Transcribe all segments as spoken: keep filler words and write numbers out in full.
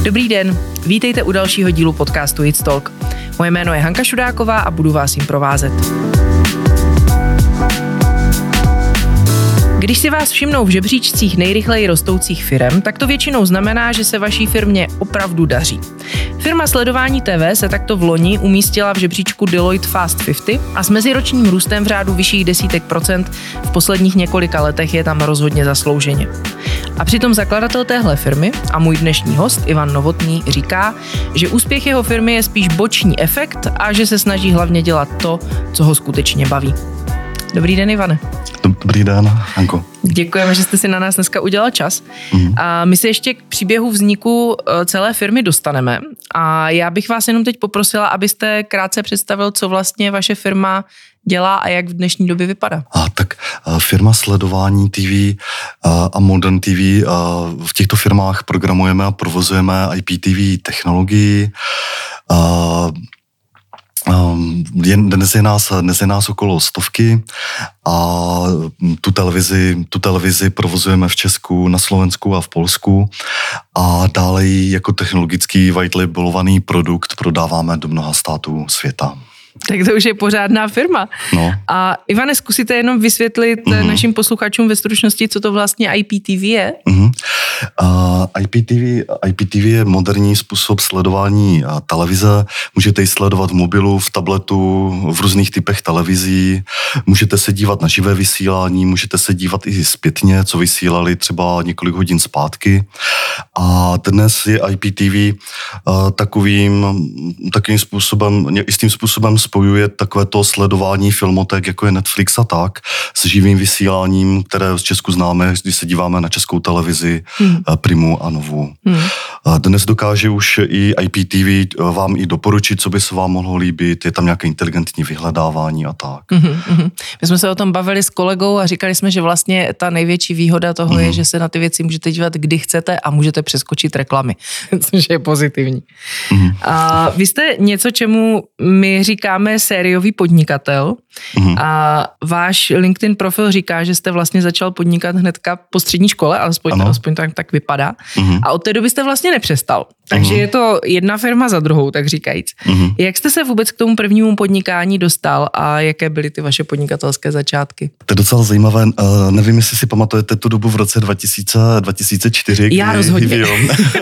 Dobrý den, vítejte u dalšího dílu podcastu It's Talk. Moje jméno je Hanka Šudáková a budu vás jim provázet. Když si vás všimnou v žebříčcích nejrychleji rostoucích firem, tak to většinou znamená, že se vaší firmě opravdu daří. Firma Sledování T V se takto v loni umístila v žebříčku Deloitte Fast padesát a s meziročním růstem v řádu vyšších desítek procent v posledních několika letech je tam rozhodně zaslouženě. A přitom zakladatel téhle firmy a můj dnešní host Ivan Novotný říká, že úspěch jeho firmy je spíš boční efekt a že se snaží hlavně dělat to, co ho skutečně baví. Dobrý den, Ivane. Dobrý den, Hanko. Děkujeme, že jste si na nás dneska udělal čas. Mm. A my se ještě k příběhu vzniku celé firmy dostaneme. A já bych vás jenom teď poprosila, abyste krátce představil, co vlastně vaše firma dělá a jak v dnešní době vypadá. A tak firma Sledování T V a Modern T V, v těchto firmách programujeme a provozujeme I P T V technologii. Dnes je nás, dnes je nás okolo stovky a tu televizi, tu televizi provozujeme v Česku, na Slovensku a v Polsku a dále ji jako technologický white labelovaný produkt prodáváme do mnoha států světa. Tak to už je pořádná firma. No. A Ivane, zkusíte jenom vysvětlit mm-hmm. našim posluchačům ve stručnosti, co to vlastně I P T V je? Mm-hmm. Uh, I P T V, I P T V je moderní způsob sledování uh, televize. Můžete ji sledovat v mobilu, v tabletu, v různých typech televizí. Můžete se dívat na živé vysílání, můžete se dívat i zpětně, co vysílali třeba několik hodin zpátky. A dnes je I P T V uh, takovým, takovým způsobem, jistým způsobem spojuje takovéto sledování filmotek, jako je Netflix a tak, s živým vysíláním, které z Česku známe, když se díváme na Českou televizi, hmm. Primu a Novu. Hmm. Dnes dokáže už i I P T V vám i doporučit, co by se vám mohlo líbit, je tam nějaké inteligentní vyhledávání a tak. Hmm. My jsme se o tom bavili s kolegou a říkali jsme, že vlastně ta největší výhoda toho hmm. je, že se na ty věci můžete dívat, kdy chcete a můžete přeskočit reklamy, což je pozitivní. Hmm. A vy jste něco, čemu my říkáme sériový podnikatel mm-hmm. a váš LinkedIn profil říká, že jste vlastně začal podnikat hnedka po střední škole, alespoň, alespoň tak, tak vypadá. Mm-hmm. A od té doby jste vlastně nepřestal. Takže mm-hmm. je to jedna firma za druhou, tak říkajíc. Mm-hmm. Jak jste se vůbec k tomu prvnímu podnikání dostal a jaké byly ty vaše podnikatelské začátky? To je docela zajímavé. Uh, nevím, jestli si pamatujete tu dobu v roce dva tisíce, dva tisíce čtyři. Já kdy, rozhodně. Jo,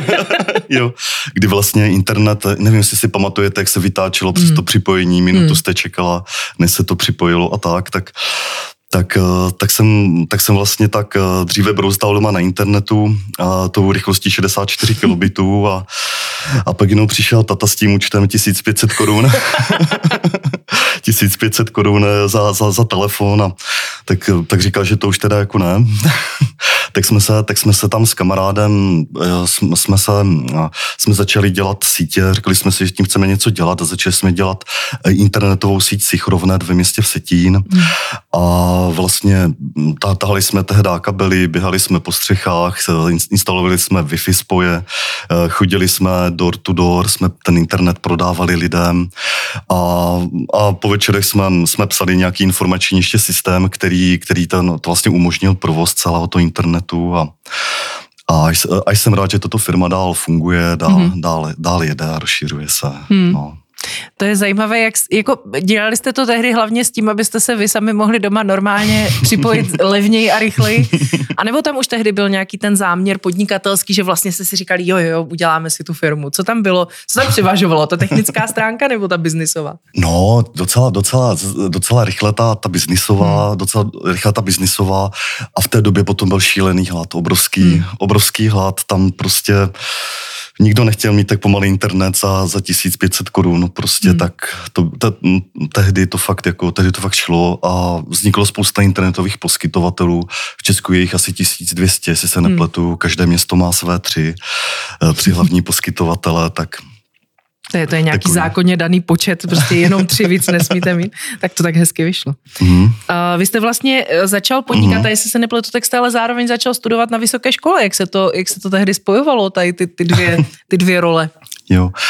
jo, kdy vlastně internet, nevím, jestli si pamatujete, jak se vytáčelo přes mm. to připojení, minutu mm. jste čekala, než se to připojilo a tak, tak Tak, tak, jsem, tak jsem vlastně tak dříve brouzdal doma na internetu a tou rychlostí šedesát čtyři kilobitů a, a pak jenom přišel tata s tím účtem tisíc pět set korun. tisíc pět set korun za, za, za telefon a tak, tak říkal, že to už teda jako ne. tak, jsme se, tak jsme se tam s kamarádem, jsme, jsme, se, jsme začali dělat sítě, řekli jsme si, že tím chceme něco dělat a začali jsme dělat internetovou síť Sichrovnet ve městě Vsetín hmm. a vlastně tahali jsme tehdy kabely, běhali jsme po střechách, instalovali jsme Wi-Fi spoje, chodili jsme door to door, jsme ten internet prodávali lidem a, a po večerech jsme, jsme psali nějaký informační ještě systém, který, který ten, to vlastně umožnil provoz celého toho internetu a A až, až jsem rád, že tato firma dál funguje, dál, mm-hmm. dál, dál jede a rozšiřuje se. Mm. No. To je zajímavé, jak jako dělali jste to tehdy hlavně s tím, abyste se vy sami mohli doma normálně připojit levněji a rychleji? A nebo tam už tehdy byl nějaký ten záměr podnikatelský, že vlastně jste si říkali, jo, jo, uděláme si tu firmu. Co tam bylo? Co tam převažovalo? Ta technická stránka nebo ta biznisová? No, docela, docela, docela rychle ta, ta biznisová, hmm. docela rychle ta biznisová a v té době potom byl šílený hlad, obrovský, hmm. obrovský hlad, tam prostě nikdo nechtěl mít tak pomalý internet za, za tisíc pět set korun, no prostě hmm. tak to, te, tehdy to fakt jako, tehdy to fakt šlo a vzniklo spousta internetových poskytovatelů, v Česku je jich asi tisíc dvě stě, jestli se nepletu, hmm. každé město má své tři, tři hlavní poskytovatele, tak To je, to je nějaký Takový. zákonně daný počet, prostě jenom tři víc nesmíte mít. Tak to tak hezky vyšlo. Mm. Uh, vy jste vlastně začal podnikat, mm. a jestli se nepletu, tak jste ale zároveň začal studovat na vysoké škole. Jak se to, jak se to tehdy spojovalo, tady ty, ty, dvě, ty dvě role? Jo,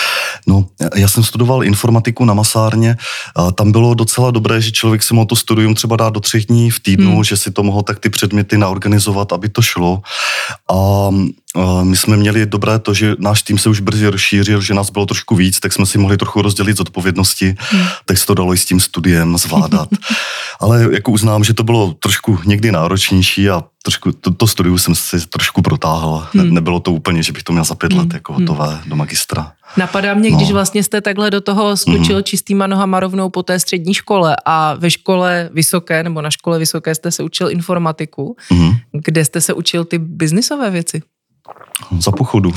No, já jsem studoval informatiku na masárně, a tam bylo docela dobré, že člověk si mohl to studium třeba dát do třech dní v týdnu, hmm. že si to mohl tak ty předměty naorganizovat, aby to šlo. A my jsme měli dobré to, že náš tým se už brzy rozšířil, že nás bylo trošku víc, tak jsme si mohli trochu rozdělit zodpovědnosti, hmm. tak se to dalo i s tím studiem zvládat. Ale jako uznám, že to bylo trošku někdy náročnější a trošku, to, to studium jsem si trošku protáhl. Hmm. Ne, nebylo to úplně, že bych to měl za pět let jako hotové hmm. do magistra. Napadá mě, když no. vlastně jste takhle do toho skočil mm. čistýma nohama rovnou po té střední škole a ve škole vysoké, nebo na škole vysoké jste se učil informatiku, mm. kde jste se učil ty biznisové věci? Za pochodu.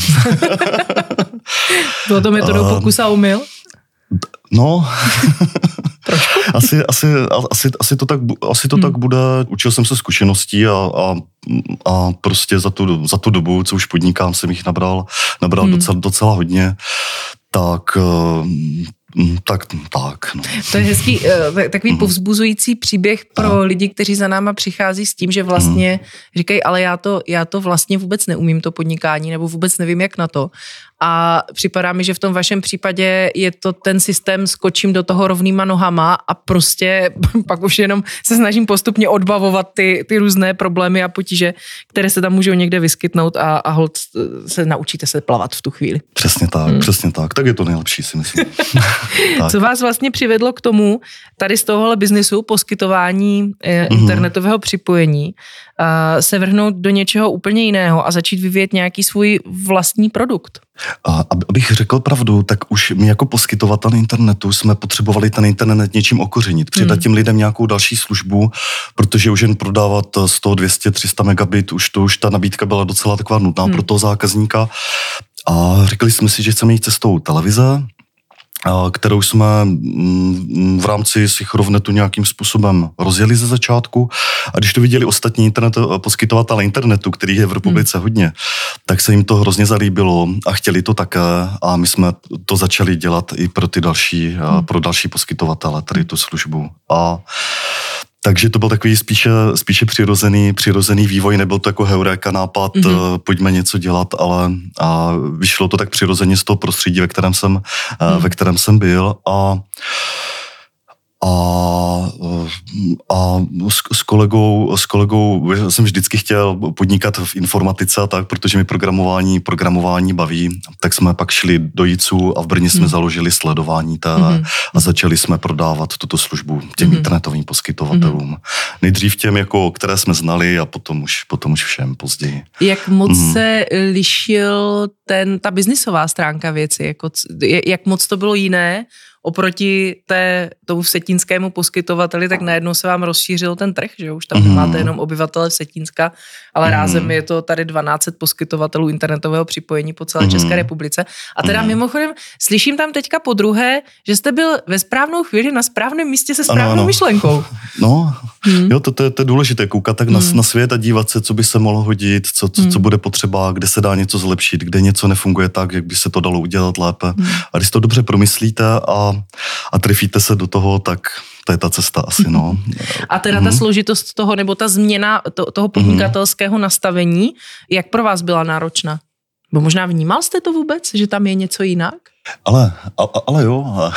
Bylo to metodou pokus a omyl? No, asi, asi, asi, asi to, tak, asi to hmm. tak bude. Učil jsem se zkušeností a, a, a prostě za tu, za tu dobu, co už podnikám, jsem jich nabral, nabral hmm. docela, docela hodně. Tak... Tak, tak. No. To je hezký, takový povzbuzující příběh pro lidi, kteří za náma přichází s tím, že vlastně říkají, ale já to, já to vlastně vůbec neumím, to podnikání, nebo vůbec nevím, jak na to. A připadá mi, že v tom vašem případě je to ten systém, skočím do toho rovnýma nohama a prostě pak už jenom se snažím postupně odbavovat ty, ty různé problémy a potíže, které se tam můžou někde vyskytnout a, a hold se naučíte se plavat v tu chvíli. Přesně tak, hmm. přesně tak. Tak je to nejlepší, si myslím. Co vás vlastně přivedlo k tomu, tady z tohohle biznisu, poskytování eh, mm-hmm. internetového připojení, eh, se vrhnout do něčeho úplně jiného a začít vyvíjet nějaký svůj vlastní produkt? A abych řekl pravdu, tak už my jako poskytovatel internetu jsme potřebovali ten internet něčím okořenit, přidat těm lidem nějakou další službu, protože už jen prodávat sto, dvě stě, tři sta megabit, už to už ta nabídka byla docela taková nutná hmm. pro toho zákazníka. A řekli jsme si, že chceme jít cestou televize, kterou jsme v rámci Sichrovnetu nějakým způsobem rozjeli ze začátku. A když to viděli ostatní internet, poskytovatelé internetu, kterých je v republice hmm. hodně, tak se jim to hrozně zalíbilo a chtěli to také a my jsme to začali dělat i pro ty další, hmm. pro další poskytovatele, tady tu službu. A takže to byl takový spíše, spíše přirozený, přirozený vývoj, nebyl to jako heuréka nápad, mm-hmm. pojďme něco dělat, ale a vyšlo to tak přirozeně z toho prostředí, ve kterém jsem, mm. ve kterém jsem byl a A, a s, s, kolegou, s kolegou jsem vždycky chtěl podnikat v informatice a tak, protože mi programování, programování baví. Tak jsme pak šli do Jicu a v Brně jsme hmm. založili sledování té hmm. a začali jsme prodávat tuto službu těm hmm. internetovým poskytovatelům. Hmm. Nejdřív těm, jako, které jsme znali a potom už, potom už všem později. Jak moc hmm. se lišil ten, ta biznisová stránka věci? Jako, jak moc to bylo jiné oproti té, tomu vsetínskému poskytovateli, tak najednou se vám rozšířil ten trh, že už tam nemáte jenom obyvatele Vsetínska, ale mm. rázem je to tady dvanáct set poskytovatelů internetového připojení po celé mm. České republice. A teda mm. mimochodem, slyším tam teďka po druhé, že jste byl ve správnou chvíli na správném místě se správnou ano, ano. myšlenkou. No, mm. jo, to, to, je, to je důležité, koukat tak mm. na, na svět a dívat se, co by se mohlo hodit, co, co, mm. co bude potřeba, kde se dá něco zlepšit, kde něco nefunguje tak, jak by se to dalo udělat lépe. Mm. A když to dobře promyslíte a a trefíte se do toho, tak to je ta cesta asi, no. A teda ta složitost toho, nebo ta změna to, toho podnikatelského nastavení, jak pro vás byla náročná? Bo možná vnímal jste to vůbec, že tam je něco jinak? Ale, a, ale jo.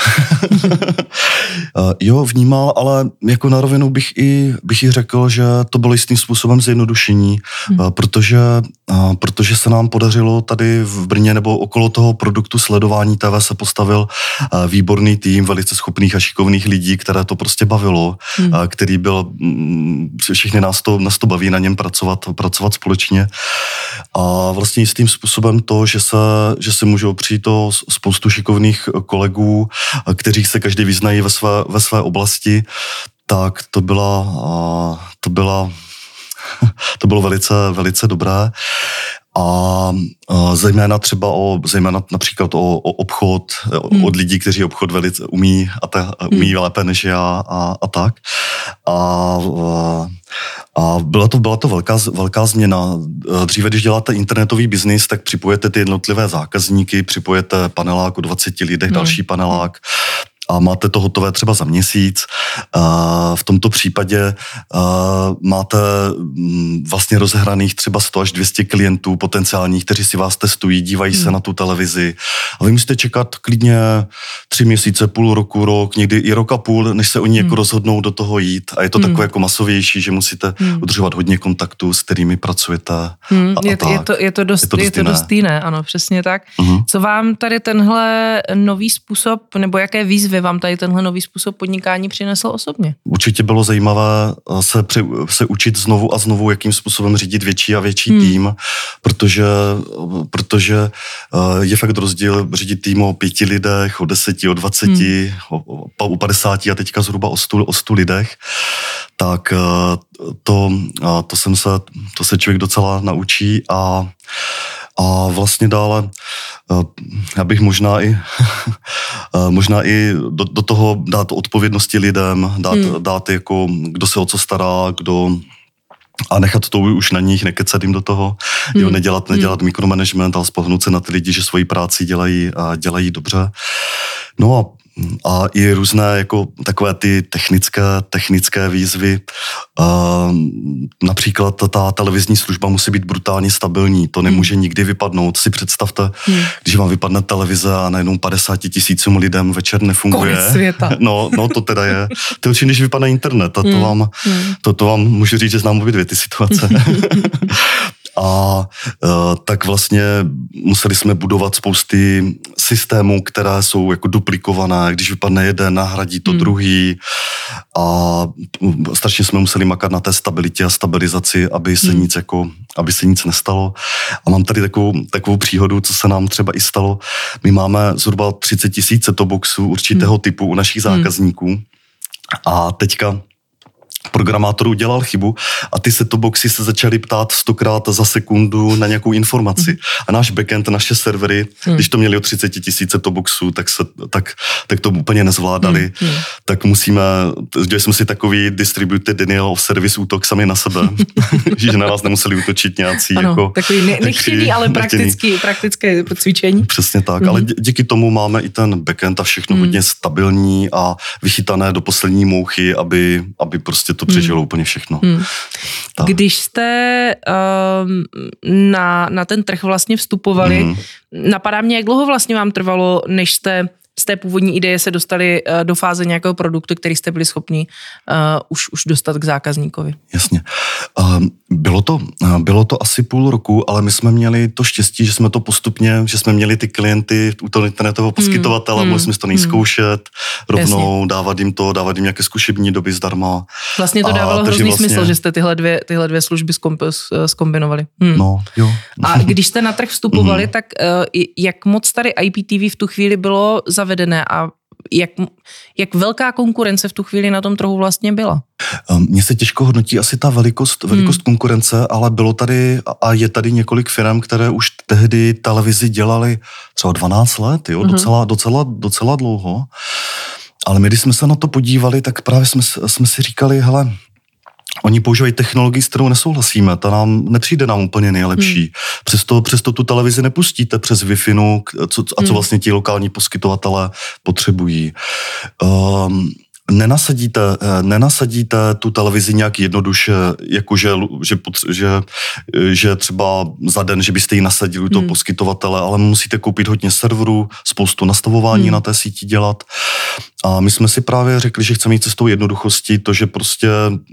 jo, vnímal, ale jako na rovinu bych i, bych i řekl, že to bylo jistým způsobem zjednodušení, hmm. protože, protože se nám podařilo tady v Brně nebo okolo toho produktu sledování T V se postavil výborný tým velice schopných a šikovných lidí, které to prostě bavilo, hmm. který byl, všichni nás to, nás to baví na něm pracovat, pracovat společně. A vlastně jistým způsobem to, že se, že se můžou přijít o spoustu šikovných kolegů, kteří se každý vyznají ve své, ve své oblasti, tak to byla, to byla, to bylo velice, velice dobré. A zejména třeba o, zejména například o, o obchod, hmm. od lidí, kteří obchod velice umí a ta, umí hmm. lépe než já a, a tak. A, a byla to, byla to velká, velká změna. Dříve, když děláte internetový biznis, tak připojete ty jednotlivé zákazníky, připojete panelák o dvaceti lidech, hmm. další panelák, a máte to hotové třeba za měsíc. V tomto případě máte vlastně rozehraných třeba sto až dvě stě klientů potenciálních, kteří si vás testují, dívají hmm. se na tu televizi, A vy musíte čekat klidně tři měsíce, půl roku, rok, někdy i rok a půl, než se oni hmm. jako rozhodnou do toho jít. A je to hmm. takové jako masovější, že musíte hmm. udržovat hodně kontaktů, s kterými pracujete. Hmm. A, a je, to, je, to, je to dost, je to dost, je to dost jiné, ano, přesně tak. Hmm. Co vám tady tenhle nový způsob, nebo jaké výzvy vám tady tenhle nový způsob podnikání přinesl osobně? Určitě bylo zajímavé se, při, se učit znovu a znovu, jakým způsobem řídit větší a větší hmm. tým, protože, protože je fakt rozdíl řídit tým o pěti lidech, o deseti, o dvaceti, hmm. o, o padesáti a teďka zhruba o stu, o stu lidech. Tak to, to, jsem se, to se člověk docela naučí a A vlastně dále, já bych možná i, možná i do, do toho dát odpovědnosti lidem, dát, hmm. dát jako, kdo se o co stará, kdo, a nechat to už na nich, nekecat jim do toho, hmm. jo, nedělat, nedělat hmm. mikromanagement, ale spolhnout se na ty lidi, že svoji práci dělají a dělají dobře. No a A i různé jako takové ty technické, technické výzvy. Uh, například ta televizní služba musí být brutálně stabilní. To nemůže hmm. nikdy vypadnout. Si představte, hmm. když vám vypadne televize a najednou padesáti tisícům lidem večer nefunguje. Konec světa. No, no, to teda je. To je, když vypadne internet. A to, hmm. vám, to, to vám můžu říct, že znám obě dvě ty situace. A uh, tak vlastně museli jsme budovat spousty systémů, které jsou jako duplikované. Když vypadne jeden, nahradí to hmm. druhý. A strašně jsme museli makat na té stabilitě a stabilizaci, aby se, hmm. nic, jako, aby se nic nestalo. A mám tady takovou, takovou příhodu, co se nám třeba i stalo. My máme zhruba třicet tisíc set-top boxů určitého hmm. typu u našich zákazníků. Hmm. A teďka programátor udělal chybu a ty set-top boxy se začaly ptát stokrát za sekundu na nějakou informaci. Mm. A náš backend, naše servery, mm. když to měli o třicet tisíc set-top boxů, tak, se, tak, tak to úplně nezvládali. Mm. Tak musíme, dělali jsme si takový distributed denial of service útok sami na sebe, že na nás nemuseli útočit nějací. Ano, jako, takový ne- nechtěný, ale praktický, praktické cvičení. Přesně tak, mm. ale dě- díky tomu máme i ten backend a všechno mm. hodně stabilní a vychytané do poslední mouchy, aby, aby prostě to přežilo hmm. úplně všechno. Hmm. Když jste um, na, na ten trh vlastně vstupovali, hmm. napadá mě, jak dlouho vlastně vám trvalo, než jste z té původní ideje se dostali uh, do fáze nějakého produktu, který jste byli schopni uh, už, už dostat k zákazníkovi? Jasně. Uh, bylo to, uh, bylo to asi půl roku, ale my jsme měli to štěstí, že jsme to postupně, že jsme měli ty klienty u toho internetového poskytovatele, hmm. mohli jsme to nejzkoušet, hmm. rovnou Jasně. dávat jim to, dávat jim nějaké zkušební doby zdarma. Vlastně to dávalo a, hrozný vlastně... smysl, že jste tyhle dvě, tyhle dvě služby zkombinovali. Hmm. No, jo. A když jste na trh vstupovali, hmm. tak uh, jak moc tady I P T V v tu chvíli bylo zavedené a jak, jak velká konkurence v tu chvíli na tom trhu vlastně byla? Mně se těžko hodnotí asi ta velikost, velikost hmm. konkurence, ale bylo tady a je tady několik firm, které už tehdy televizi dělali třeba dvanáct let, jo, hmm. docela, docela, docela dlouho. Ale my, když jsme se na to podívali, tak právě jsme, jsme si říkali, hele, oni používají technologii, s kterou nesouhlasíme, ta nám nepřijde nám úplně nejlepší. Hmm. Přesto, přesto tu televizi nepustíte přes Wi-Fi, co, a co vlastně ti lokální poskytovatelé potřebují. Um, Nenasadíte, nenasadíte tu televizi nějak jednoduše, jakože že, že, že třeba za den, že byste ji nasadili u toho hmm. poskytovatele, ale musíte koupit hodně serverů, spoustu nastavování hmm. na té síti dělat. A my jsme si právě řekli, že chceme jít cestou jednoduchosti, to, že prostě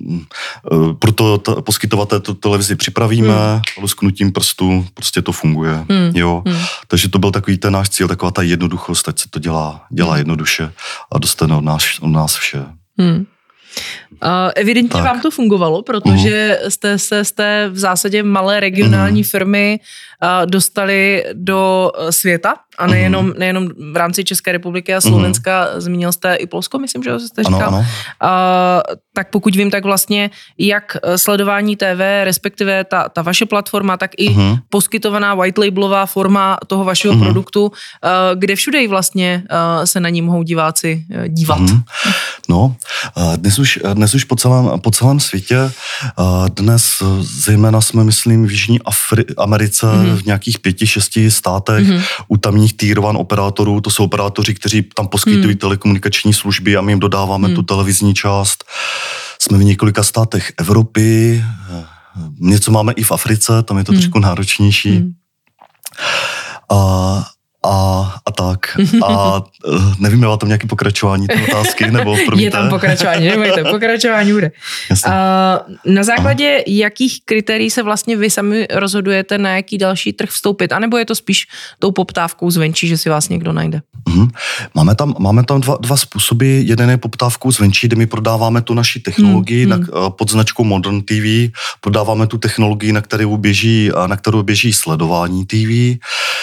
proto poskytovatel tu televizi připravíme, hmm. lusknutím prstu, prostě to funguje. Hmm. Jo. Hmm. Takže to byl takový ten náš cíl, taková ta jednoduchost, ať se to dělá, dělá jednoduše a dostane od nás, od nás vše. Hmm. Uh, evidentně tak. Vám to fungovalo, protože uh-huh. jste se z té v zásadě malé regionální uh-huh. firmy uh, dostali do světa a nejenom, uh-huh. nejenom v rámci České republiky a Slovenska, uh-huh. zmínil jste i Polsko, myslím, že jste říkal. Ano, ano. Uh, tak pokud vím, tak vlastně jak sledování T V, respektive ta, ta vaše platforma, tak i uh-huh. poskytovaná white labelová forma toho vašeho uh-huh. produktu, uh, kde všude vlastně uh, se na ní mohou diváci uh, dívat. Uh-huh. No, uh, dnes už, dnes už po celém, po celém světě, uh, dnes zejména jsme, myslím, v Jižní Afri- Americe, uh-huh. v nějakých pěti, šesti státech, uh-huh. u tamních tier one operátorů, to jsou operátoři, kteří tam poskytují uh-huh. telekomunikační služby a my jim dodáváme uh-huh. tu televizní část. Jsme v několika státech Evropy, něco máme i v Africe, tam je to hmm. trošku náročnější. Hmm. A, a, a tak. A nevím, má tam nějaké pokračování té otázky, nebo promiňte? Je tam pokračování, nebojte, pokračování bude. Uh, na základě Aha. jakých kritérií se vlastně vy sami rozhodujete, na jaký další trh vstoupit? A nebo je to spíš tou poptávkou zvenčí, že si vás někdo najde? Uh-huh. Máme tam, máme tam dva, dva způsoby. Jeden je poptávkou zvenčí, kde my prodáváme tu naši technologii hmm. na, pod značkou Modern T V. Prodáváme tu technologii, na kterou běží, na kterou běží sledování T V.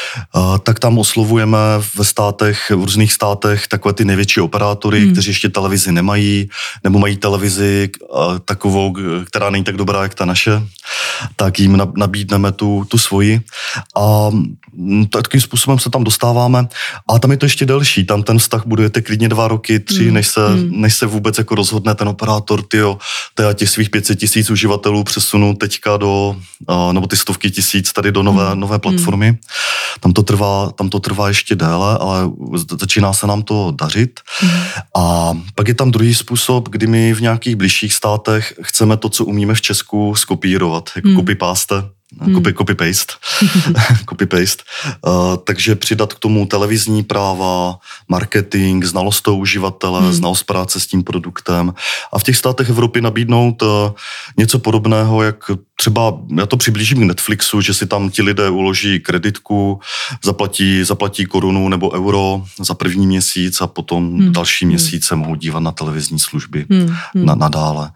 Uh, tak tam oslovujeme ve státech, v různých státech takové ty největší operátory, hmm. kteří ještě televizi nemají, nebo mají televizi uh, takovou, která není tak dobrá, jak ta naše, tak jim nabídneme tu, tu svoji. A takým způsobem se tam dostáváme. A tam je to ještě delší. Tam ten vztah budujete klidně dva roky, tři, hmm. než, se, hmm. než se vůbec jako rozhodne ten operátor, tyjo, já těch svých pět set tisíc uživatelů přesunu teďka do, uh, nebo ty stovky tisíc tady do nové, hmm. nové platformy. Hmm. Tam to trvá, tam to trvá ještě déle, ale začíná se nám to dařit. Hmm. A pak je tam druhý způsob, kdy my v nějakých bližších státech chceme to, co umíme v Česku, skopírovat, jako hmm. copy-paste. Copy, copy-paste. copy-paste. Uh, takže přidat k tomu televizní práva, marketing, znalost toho uživatele, hmm. znalost práce s tím produktem. A v těch státech Evropy nabídnout uh, něco podobného, jak třeba, já to přiblížím k Netflixu, že si tam ti lidé uloží kreditku, zaplatí, zaplatí korunu nebo euro za první měsíc a potom hmm. další měsíc se mohou dívat na televizní služby hmm. na, nadále.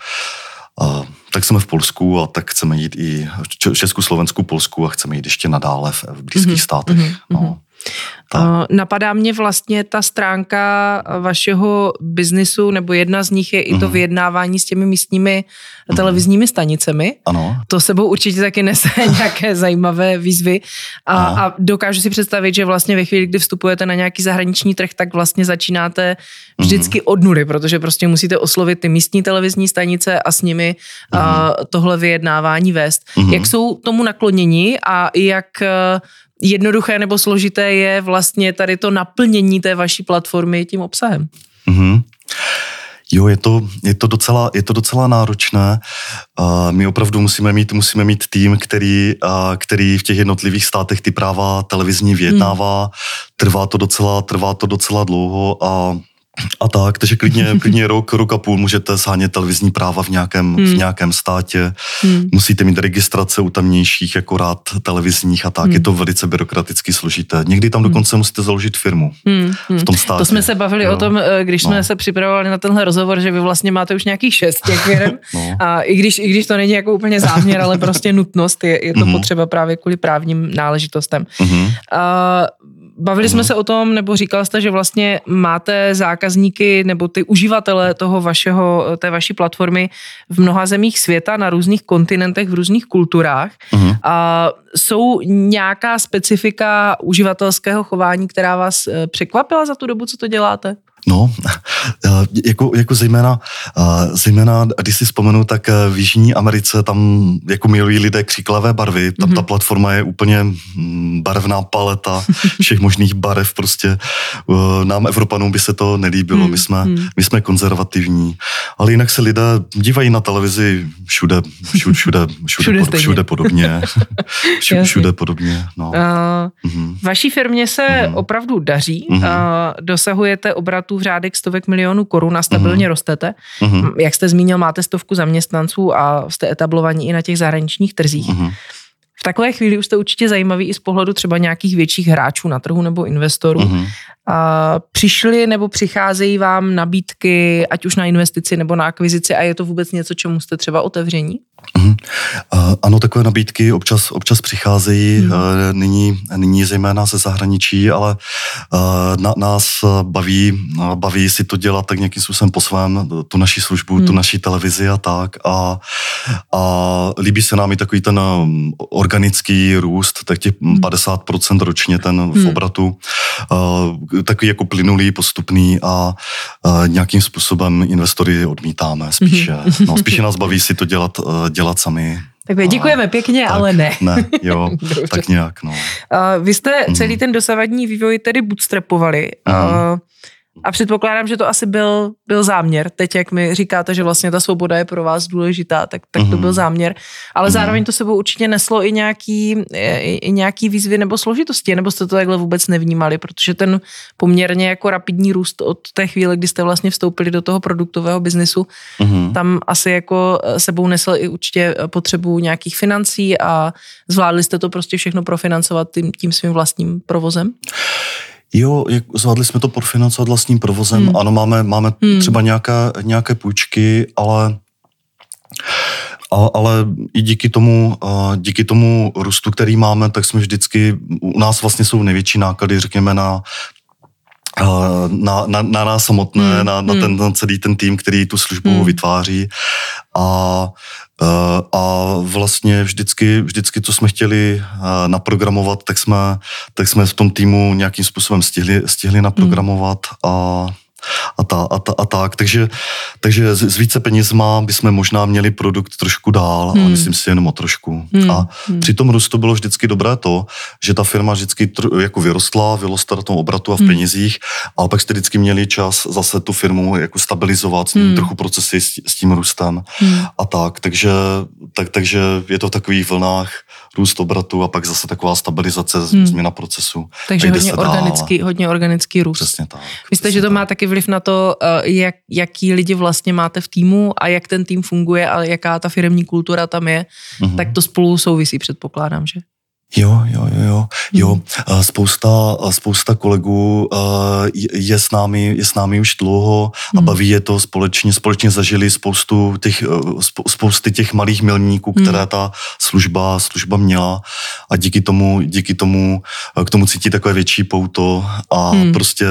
Uh, tak jsme v Polsku a tak chceme jít i v Česku, Slovensku, Polsku a chceme jít ještě nadále v, v blízkých mm-hmm. státech. Mm-hmm. No. Uh, napadá mě vlastně ta stránka vašeho biznisu, nebo jedna z nich je i to mm-hmm. vyjednávání s těmi místními mm-hmm. televizními stanicemi. Ano. To sebou určitě taky nese nějaké zajímavé výzvy a, a dokážu si představit, že vlastně ve chvíli, kdy vstupujete na nějaký zahraniční trh, tak vlastně začínáte vždycky mm-hmm. od nuly, protože prostě musíte oslovit ty místní televizní stanice a s nimi mm-hmm. uh, tohle vyjednávání vést. Mm-hmm. Jak jsou tomu nakloněni a jak jednoduché nebo složité je vlastně tady to naplnění té vaší platformy tím obsahem? Mm-hmm. Jo, je to, je to docela, je to docela náročné. Uh, my opravdu musíme mít, musíme mít tým, který, uh, který v těch jednotlivých státech ty práva televizní vyjednává. Hmm. Trvá to docela, trvá to docela dlouho a A tak, takže klidně, klidně rok, rok a půl můžete shánět televizní práva v nějakém, hmm. v nějakém státě. Hmm. Musíte mít registrace u tamnějších jako rád televizních a tak. Hmm. Je to velice byrokraticky složité. Někdy tam dokonce hmm. musíte založit firmu hmm. v tom státě. To jsme se bavili jo. o tom, když jsme no. se připravovali na tenhle rozhovor, že vy vlastně máte už nějakých šest těch firm. no. A i když, i když to není jako úplně záměr, ale prostě nutnost, je, je to hmm. potřeba právě kvůli právním náležitostem. Hmm. A bavili jsme se o tom, nebo říkal jste, že vlastně máte zákazníky nebo ty uživatele toho vašeho, té vaší platformy v mnoha zemích světa, na různých kontinentech, v různých kulturách. Uh-huh. A jsou nějaká specifika uživatelského chování, která vás překvapila za tu dobu, co to děláte? No, jako, jako zejména, zejména, když si vzpomenu, tak v Jižní Americe tam jako milují lidé křiklavé barvy. Tam mm-hmm. ta platforma je úplně barevná paleta všech možných barev. Prostě nám, Evropanům, by se to nelíbilo. My jsme, my jsme konzervativní. Ale jinak se lidé dívají na televizi všude, všude, všude, všude, všude, všude podobně. všude, všude podobně. No. Uh, mm-hmm. Vaší firmě se mm-hmm. opravdu daří. Mm-hmm. Uh, dosahujete obratu v řádek stovek milionů korun a stabilně mm-hmm. rostete. Mm-hmm. Jak jste zmínil, máte stovku zaměstnanců a jste etablovaní i na těch zahraničních trzích. Mm-hmm. V takové chvíli už jste určitě zajímavý i z pohledu třeba nějakých větších hráčů na trhu nebo investorů. Mm-hmm. A přišly nebo přicházejí vám nabídky, ať už na investici nebo na akvizici, a je to vůbec něco, čemu jste třeba otevření? Mm. Uh, ano, takové nabídky občas, občas přicházejí, mm. uh, nyní, nyní zejména ze zahraničí, ale uh, na, nás baví, uh, baví si to dělat tak nějakým způsobem po svém, tu naši službu, mm. tu naši televizi a tak. A, a líbí se nám i takový ten organický růst, tak těch mm. padesát procent ročně ten v obratu, uh, takový jako plynulý, postupný a uh, nějakým způsobem investory odmítáme spíše. Mm. No, spíše nás baví si to dělat uh, dělat sami. Tak děkujeme pěkně, tak, ale ne. Ne, jo, tak nějak, no. Uh, vy jste celý ten dosavadní vývoj tedy bootstrapovali. Uh, A předpokládám, že to asi byl, byl záměr. Teď, jak mi říkáte, že vlastně ta svoboda je pro vás důležitá, tak, tak to byl záměr. Ale zároveň to sebou určitě neslo i nějaký, i, i nějaký výzvy nebo složitosti, nebo jste to takhle vůbec nevnímali, protože ten poměrně jako rapidní růst od té chvíle, kdy jste vlastně vstoupili do toho produktového biznisu, mm. tam asi jako sebou nesl i určitě potřebu nějakých financí a zvládli jste to prostě všechno profinancovat tím, tím svým vlastním provozem? Jo, jak, zvládli jsme to profinancovat vlastním provozem. Hmm. Ano, máme, máme hmm. třeba nějaké, nějaké půjčky, ale, ale, ale i díky tomu, díky tomu růstu, který máme, tak jsme vždycky, u nás vlastně jsou největší náklady, řekněme, na Na, na, na nás samotné, hmm. na, na, ten, na celý ten tým, který tu službu hmm. vytváří. A, a vlastně vždycky, vždycky, co jsme chtěli naprogramovat, tak jsme, tak jsme v tom týmu nějakým způsobem stihli, stihli naprogramovat hmm. a A, ta, a, ta, a tak, takže, takže s více penězma bychom možná měli produkt trošku dál, hmm. ale myslím si jenom o trošku. Hmm. A hmm. při tom růstu bylo vždycky dobré to, že ta firma vždycky tr- jako vyrostla, vyrostla na tom obratu a v hmm. penězích, ale pak jste vždycky měli čas zase tu firmu jako stabilizovat, hmm. trochu procesy s, s tím růstem hmm. a tak, takže, tak, takže je to v takových vlnách růst obratu a pak zase taková stabilizace, hmm. změna procesu. Takže hodně organický, hodně organický růst. Přesně tak. Myslíte, že to tak. má taky vliv na to, jak, jaký lidi vlastně máte v týmu a jak ten tým funguje a jaká ta firemní kultura tam je, mm-hmm. tak to spolu souvisí, předpokládám, že? Jo, jo, jo, jo. jo. Spousta, spousta kolegů je s námi, je s námi už dlouho a baví je to společně. Společně zažili spoustu těch, spousty těch malých milníků, které ta služba, služba měla a díky tomu, díky tomu, k tomu cítí takové větší pouto a hmm. prostě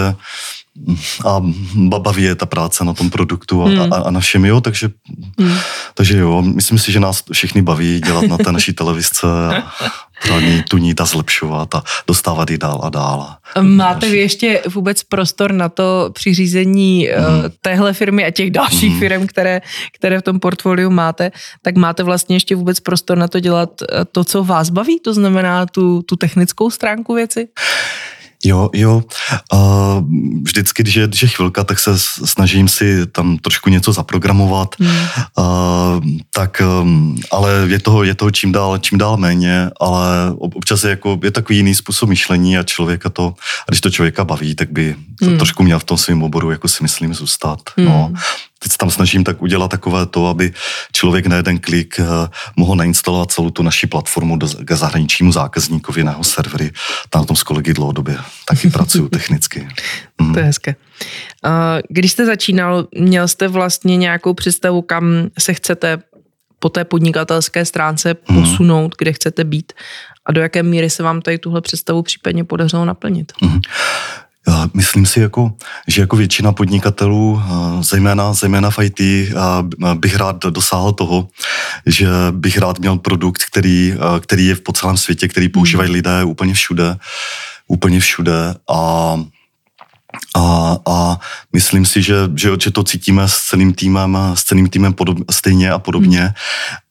a baví je ta práce na tom produktu a, hmm. a, a na všem, jo, takže, hmm. takže jo, myslím si, že nás všechny baví dělat na té naší televizce a právě tunít a zlepšovat a dostávat ji dál a dál. Máte vy ještě vůbec prostor na to při řízení hmm. téhle firmy a těch dalších hmm. firm, které, které v tom portfoliu máte, tak máte vlastně ještě vůbec prostor na to dělat to, co vás baví, to znamená tu, tu technickou stránku věci? Jo, jo. Uh, vždycky, když je, když je chvilka, tak se snažím si tam trošku něco zaprogramovat. Hmm. Uh, tak, um, ale je toho, je toho čím dál, čím dál méně, ale občas je, jako, je takový jiný způsob myšlení a člověka to, a když to člověka baví, tak by to hmm. trošku měl v tom svém oboru, jako si myslím, zůstat. Hmm. No. Teď se tam snažím tak udělat takové to, aby člověk na jeden klik mohl nainstalovat celou tu naši platformu do, k zahraničnímu zákazníkovi na jeho servery. Tam na tom s kolegy dlouhodobě taky pracuju technicky. Mm. To je hezké. Když jste začínal, měl jste vlastně nějakou představu, kam se chcete po té podnikatelské stránce posunout, mm. kde chcete být a do jaké míry se vám tady tuhle představu případně podařilo naplnit? Mm. Myslím si, jako, že jako většina podnikatelů, zejména, zejména v í té, bych rád dosáhl toho, že bych rád měl produkt, který, který je po celém světě, který používají lidé úplně všude, úplně všude a A, a myslím si, že, že, že to cítíme s celým týmem, s celým týmem podob, stejně a podobně. Hmm.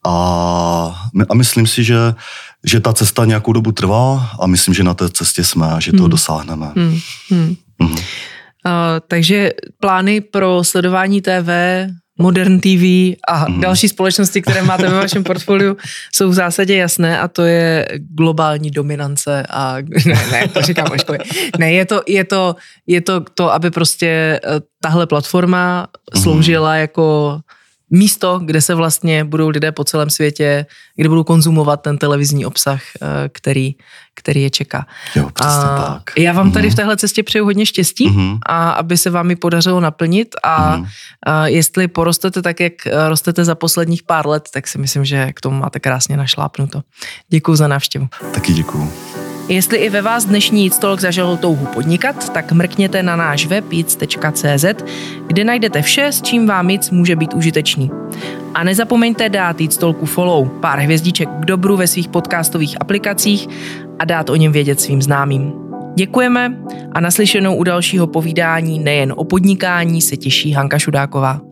A, a myslím si, že, že ta cesta nějakou dobu trvá a myslím, že na té cestě jsme a že toho hmm. dosáhneme. Hmm. Hmm. Hmm. Uh, takže plány pro sledování té vé, Modern T V a mm. další společnosti, které máte ve vašem portfoliu, jsou v zásadě jasné a to je globální dominance a ne, ne, to říkám oškově. Ne, je to, je to, je to to, aby prostě tahle platforma sloužila jako místo, kde se vlastně budou lidé po celém světě, kde budou konzumovat ten televizní obsah, který, který je čeká. Jo, přesně tak. Já vám tady v téhle cestě přeju hodně štěstí mm-hmm. a aby se vám ji podařilo naplnit a, mm-hmm. a jestli porostete tak, jak rostete za posledních pár let, tak si myslím, že k tomu máte krásně našlápnuto. Děkuju za návštěvu. Taky děkuju. Jestli i ve vás dnešní Eats Talk zažalo touhu podnikat, tak mrkněte na náš web eats tečka cé zet, kde najdete vše, s čím vám Eats může být užitečný. A nezapomeňte dát Eats Talku follow, pár hvězdiček k dobru ve svých podcastových aplikacích a dát o něm vědět svým známým. Děkujeme a naslyšenou u dalšího povídání nejen o podnikání se těší Hanka Šudáková.